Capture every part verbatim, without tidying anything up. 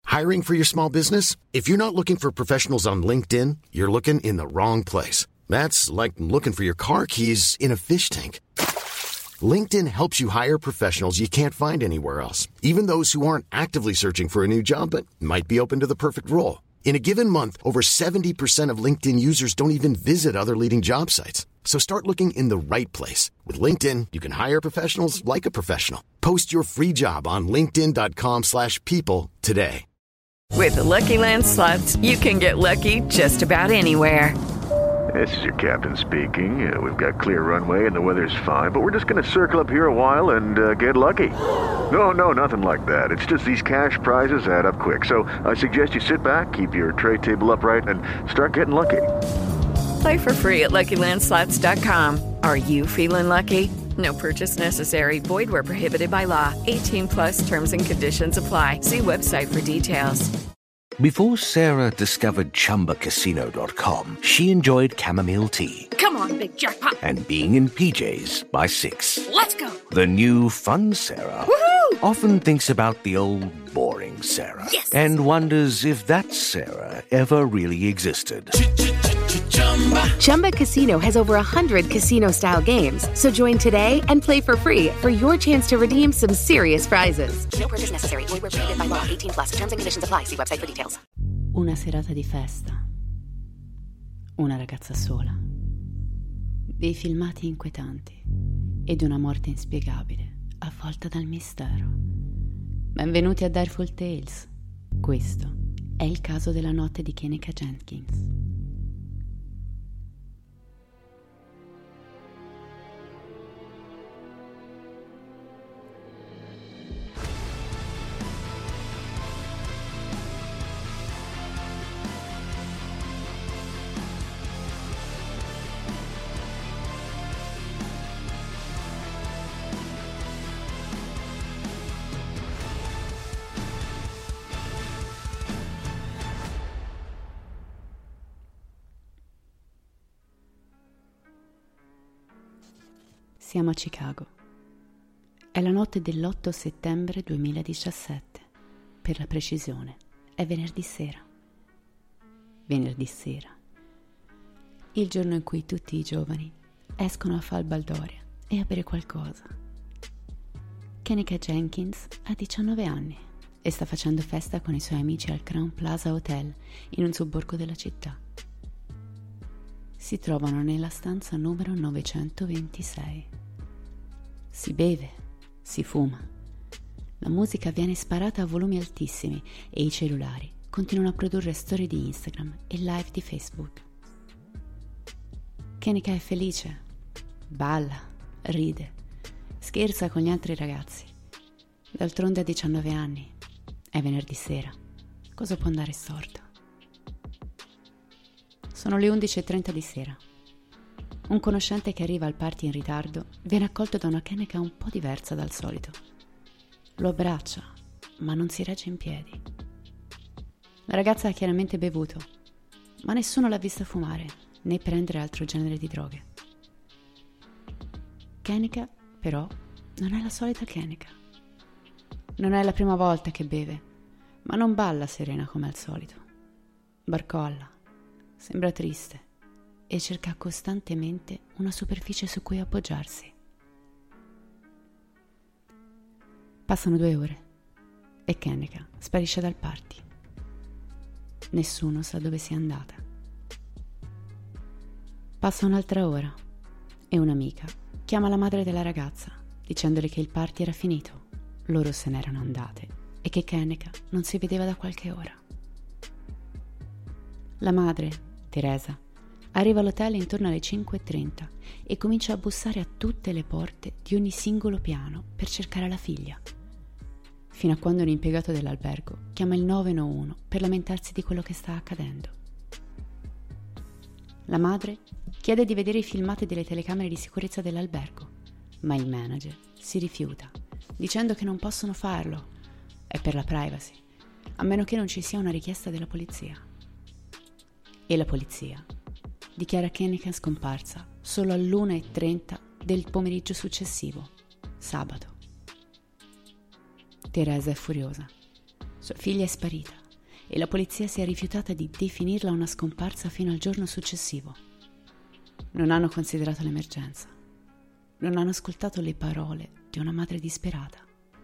Hiring for your small business? If you're not looking for professionals on LinkedIn, you're looking in the wrong place. That's like looking for your car keys in a fish tank. LinkedIn helps you hire professionals you can't find anywhere else, even those who aren't actively searching for a new job but might be open to the perfect role. In a given month, over seventy percent of LinkedIn users don't even visit other leading job sites. So start looking in the right place. With LinkedIn, you can hire professionals like a professional. Post your free job on linkedin.com slash people today. With the Lucky Land Slots, you can get lucky just about anywhere. This is your captain speaking. Uh, we've got clear runway and the weather's fine, but we're just going to circle up here a while and uh, get lucky. No, no, nothing like that. It's just these cash prizes add up quick. So I suggest you sit back, keep your tray table upright, and start getting lucky. Play for free at Lucky Land Slots dot com. Are you feeling lucky? No purchase necessary. Void where prohibited by law. eighteen plus terms and conditions apply. See website for details. Before Sarah discovered Chumba Casino dot com, she enjoyed chamomile tea. Come on, big jackpot. And being in P Js by six. Let's go. The new fun Sarah Woohoo! often thinks about the old boring Sarah. Yes. And wonders if that Sarah ever really existed. Chumba Casino has over one hundred casino-style games. So join today and play for free for your chance to redeem some serious prizes. No purchase necessary. Void where prohibited by law. eighteen plus. Terms and conditions apply. See website for details. Una serata di festa. Una ragazza sola. Dei filmati inquietanti. Ed una morte inspiegabile, avvolta dal mistero. Benvenuti a Direful Tales. Questo è il caso della notte di Kenneka Jenkins. Siamo a Chicago. È la notte dell'otto settembre duemiladiciassette. Per la precisione, è venerdì sera. Venerdì sera. Il giorno in cui tutti i giovani escono a far baldoria e a bere qualcosa. Kenneka Jenkins ha diciannove anni e sta facendo festa con i suoi amici al Crown Plaza Hotel in un sobborgo della città. Si trovano nella stanza numero novecentoventisei. Si beve, si fuma. La musica viene sparata a volumi altissimi e i cellulari continuano a produrre storie di Instagram e live di Facebook. Kenneka è felice, balla, ride, scherza con gli altri ragazzi. D'altronde ha diciannove anni, è venerdì sera, cosa può andare storto? Sono le undici e trenta di sera. Un conoscente che arriva al party in ritardo viene accolto da una Kenneka un po' diversa dal solito. Lo abbraccia, ma non si regge in piedi. La ragazza ha chiaramente bevuto, ma nessuno l'ha vista fumare né prendere altro genere di droghe. Kenneka, però, non è la solita Kenneka. Non è la prima volta che beve, ma non balla serena come al solito. Barcolla, sembra triste e cerca costantemente una superficie su cui appoggiarsi. Passano due ore e Kenneka sparisce dal party. Nessuno sa dove sia andata. Passa un'altra ora e un'amica chiama la madre della ragazza dicendole che il party era finito, loro se n'erano andate e che Kenneka non si vedeva da qualche ora. La madre, Teresa, arriva all'hotel intorno alle cinque e trenta e comincia a bussare a tutte le porte di ogni singolo piano per cercare la figlia, fino a quando un impiegato dell'albergo chiama il nove uno uno per lamentarsi di quello che sta accadendo. La madre chiede di vedere i filmati delle telecamere di sicurezza dell'albergo, ma il manager si rifiuta, dicendo che non possono farlo, è per la privacy, a meno che non ci sia una richiesta della polizia. E la polizia dichiara Kenneka scomparsa solo all'una e trenta del pomeriggio successivo, sabato. Teresa è furiosa. Sua figlia è sparita e la polizia si è rifiutata di definirla una scomparsa fino al giorno successivo. Non hanno considerato l'emergenza. Non hanno ascoltato le parole di una madre disperata.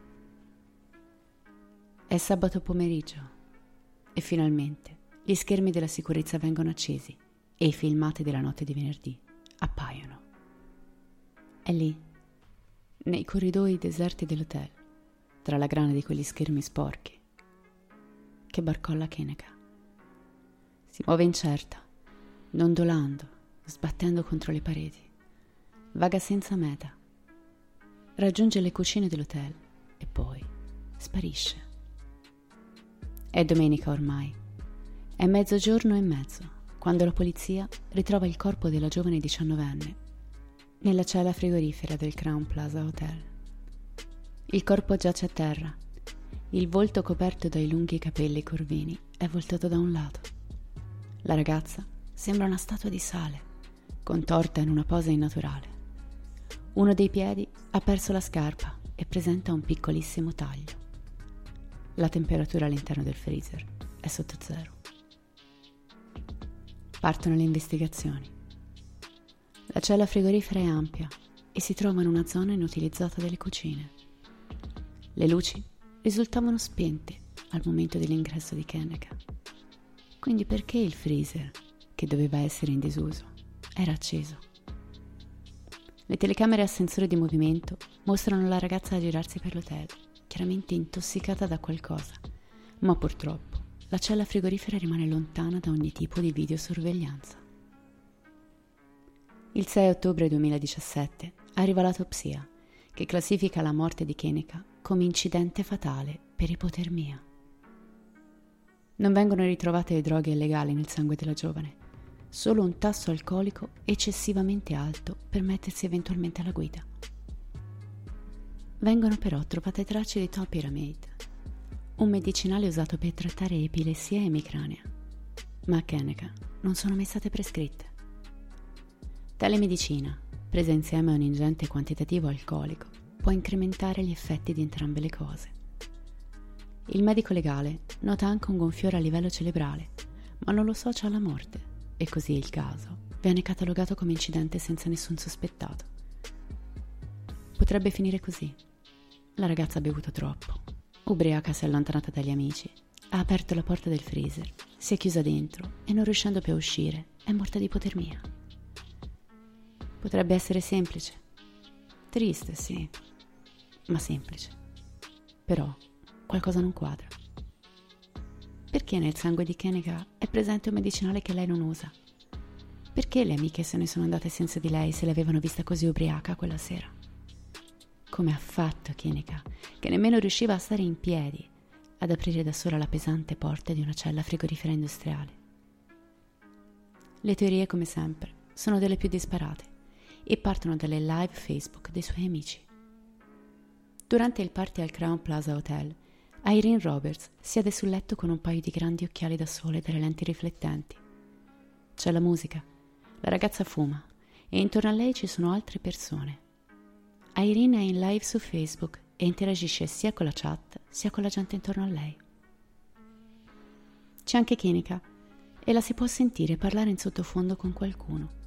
È sabato pomeriggio e finalmente gli schermi della sicurezza vengono accesi e i filmati della notte di venerdì appaiono. È lì, nei corridoi deserti dell'hotel, tra la grana di quegli schermi sporchi, che barcolla Kenneka. Si muove incerta, dondolando, sbattendo contro le pareti. Vaga senza meta. Raggiunge le cucine dell'hotel e poi sparisce. È domenica ormai. È mezzogiorno e mezzo, quando la polizia ritrova il corpo della giovane diciannovenne nella cella frigorifera del Crowne Plaza Hotel. Il corpo giace a terra. Il volto coperto dai lunghi capelli corvini è voltato da un lato. La ragazza sembra una statua di sale, contorta in una posa innaturale. Uno dei piedi ha perso la scarpa e presenta un piccolissimo taglio. La temperatura all'interno del freezer è sotto zero. Partono le investigazioni. La cella frigorifera è ampia e si trova in una zona inutilizzata delle cucine. Le luci risultavano spente al momento dell'ingresso di Kenneka. Quindi perché il freezer, che doveva essere in disuso, era acceso? Le telecamere a sensore di movimento mostrano la ragazza girarsi per l'hotel, chiaramente intossicata da qualcosa, ma purtroppo la cella frigorifera rimane lontana da ogni tipo di videosorveglianza. Il sei ottobre duemiladiciassette arriva l'autopsia, che classifica la morte di Kenneka come incidente fatale per ipotermia. Non vengono ritrovate droghe illegali nel sangue della giovane, solo un tasso alcolico eccessivamente alto per mettersi eventualmente alla guida. Vengono però trovate tracce di topiramate, un medicinale usato per trattare epilessia e emicrania, ma a Kenneka non sono mai state prescritte. Tale medicina, presa insieme a un ingente quantitativo alcolico, può incrementare gli effetti di entrambe le cose. Il medico legale nota anche un gonfiore a livello cerebrale, ma non lo associa alla morte, e così il caso viene catalogato come incidente senza nessun sospettato. Potrebbe finire così. La ragazza ha bevuto troppo. Ubriaca si è allontanata dagli amici, ha aperto la porta del freezer, si è chiusa dentro e non riuscendo più a uscire è morta di ipotermia. Potrebbe essere semplice. Triste, sì, ma semplice. Però qualcosa non quadra. Perché nel sangue di Kenneka è presente un medicinale che lei non usa? Perché le amiche se ne sono andate senza di lei se l'avevano vista così ubriaca quella sera? Come ha fatto Kenneka, che nemmeno riusciva a stare in piedi, ad aprire da sola la pesante porta di una cella frigorifera industriale? Le teorie, come sempre, sono delle più disparate e partono dalle live Facebook dei suoi amici. Durante il party al Crowne Plaza Hotel, Irene Roberts siede sul letto con un paio di grandi occhiali da sole dalle lenti riflettenti. C'è la musica, la ragazza fuma e intorno a lei ci sono altre persone. Irene è in live su Facebook e interagisce sia con la chat sia con la gente intorno a lei. C'è anche Kenneka e la si può sentire parlare in sottofondo con qualcuno.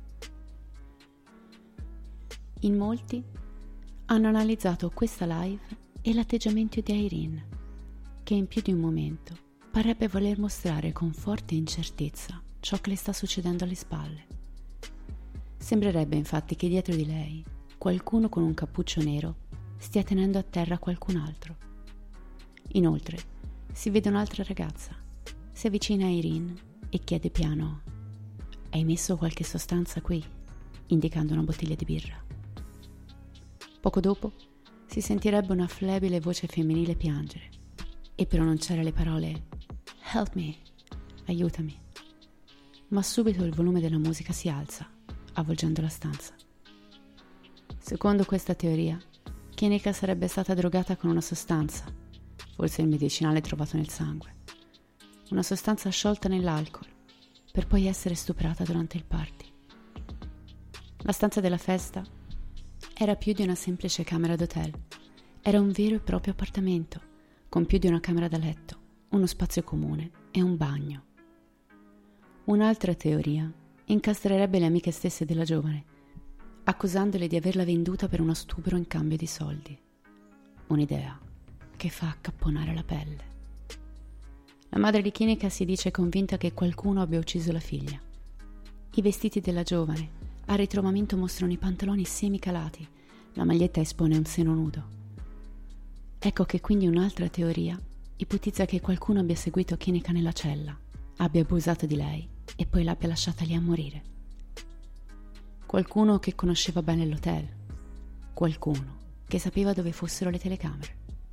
In molti hanno analizzato questa live e l'atteggiamento di Irene, che in più di un momento parrebbe voler mostrare con forte incertezza ciò che le sta succedendo alle spalle. Sembrerebbe infatti che dietro di lei qualcuno con un cappuccio nero stia tenendo a terra qualcun altro. Inoltre si vede un'altra ragazza, si avvicina a Irene e chiede piano: «Hai messo qualche sostanza qui?» indicando una bottiglia di birra. Poco dopo si sentirebbe una flebile voce femminile piangere e pronunciare le parole «Help me», aiutami. Ma subito il volume della musica si alza, avvolgendo la stanza. Secondo questa teoria, Kenneka sarebbe stata drogata con una sostanza, forse il medicinale trovato nel sangue, una sostanza sciolta nell'alcol, per poi essere stuprata durante il party. La stanza della festa era più di una semplice camera d'hotel, era un vero e proprio appartamento, con più di una camera da letto, uno spazio comune e un bagno. Un'altra teoria incastrerebbe le amiche stesse della giovane, accusandole di averla venduta per uno stupro in cambio di soldi. Un'idea che fa accapponare la pelle. La madre di Kinika si dice convinta che qualcuno abbia ucciso la figlia. I vestiti della giovane al ritrovamento mostrano i pantaloni semicalati, la maglietta espone un seno nudo. Ecco che quindi un'altra teoria ipotizza che qualcuno abbia seguito Kinika nella cella, abbia abusato di lei e poi l'abbia lasciata lì a morire. Qualcuno che conosceva bene l'hotel, qualcuno che sapeva dove fossero le telecamere.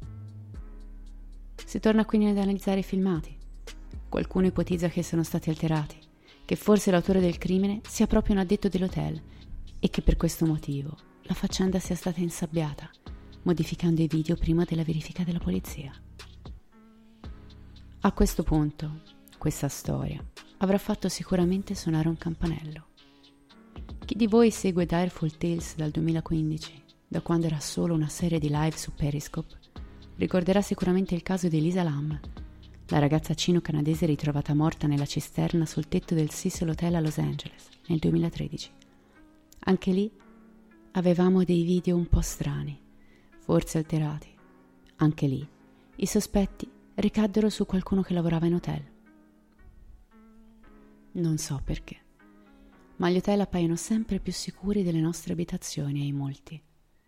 Si torna quindi ad analizzare i filmati. Qualcuno ipotizza che siano stati alterati, che forse l'autore del crimine sia proprio un addetto dell'hotel e che per questo motivo la faccenda sia stata insabbiata, modificando i video prima della verifica della polizia. A questo punto, questa storia avrà fatto sicuramente suonare un campanello. Chi di voi segue Direful Tales dal duemilaquindici, da quando era solo una serie di live su Periscope, ricorderà sicuramente il caso di Lisa Lam, la ragazza cino-canadese ritrovata morta nella cisterna sul tetto del Cecil Hotel a Los Angeles nel duemilatredici. Anche lì avevamo dei video un po' strani, forse alterati. Anche lì i sospetti ricaddero su qualcuno che lavorava in hotel. Non so perché, ma gli hotel appaiono sempre più sicuri delle nostre abitazioni ai molti.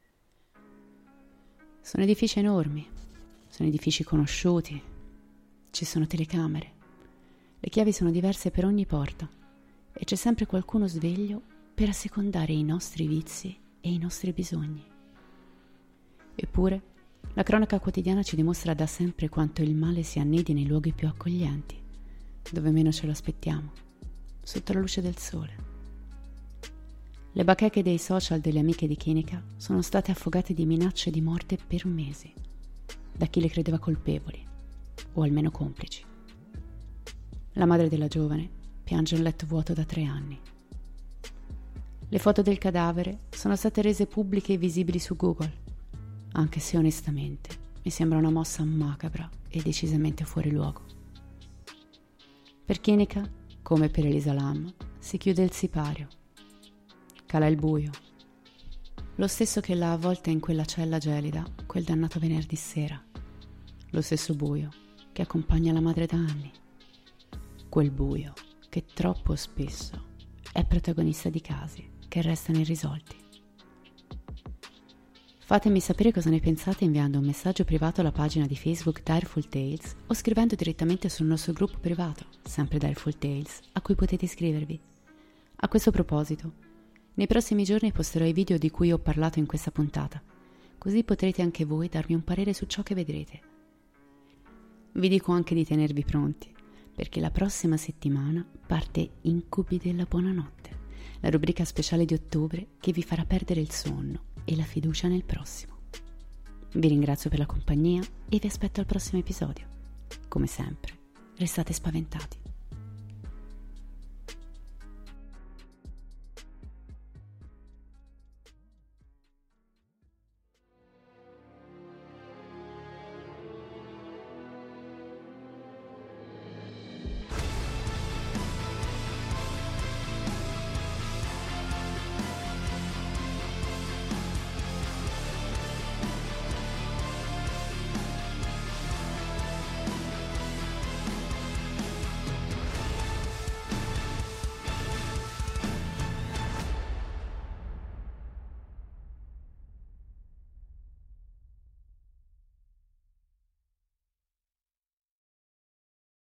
Sono edifici enormi, sono edifici conosciuti, ci sono telecamere, le chiavi sono diverse per ogni porta e c'è sempre qualcuno sveglio per assecondare i nostri vizi e i nostri bisogni. Eppure, la cronaca quotidiana ci dimostra da sempre quanto il male si annidi nei luoghi più accoglienti, dove meno ce lo aspettiamo, sotto la luce del sole. Le bacheche dei social delle amiche di Kinika sono state affogate di minacce di morte per mesi, da chi le credeva colpevoli, o almeno complici. La madre della giovane piange un letto vuoto da tre anni. Le foto del cadavere sono state rese pubbliche e visibili su Google, anche se onestamente mi sembra una mossa macabra e decisamente fuori luogo. Per Kinika, come per Elisa Lam, si chiude il sipario. Cala il buio, lo stesso che l'ha avvolta in quella cella gelida quel dannato venerdì sera, lo stesso buio che accompagna la madre da anni, quel buio che troppo spesso è protagonista di casi che restano irrisolti. Fatemi sapere cosa ne pensate inviando un messaggio privato alla pagina di Facebook Direful Tales o scrivendo direttamente sul nostro gruppo privato, sempre Direful Tales, a cui potete iscrivervi. A questo proposito, nei prossimi giorni posterò i video di cui ho parlato in questa puntata, così potrete anche voi darmi un parere su ciò che vedrete. Vi dico anche di tenervi pronti, perché la prossima settimana parte Incubi della Buonanotte, la rubrica speciale di ottobre che vi farà perdere il sonno e la fiducia nel prossimo. Vi ringrazio per la compagnia e vi aspetto al prossimo episodio. Come sempre, restate spaventati.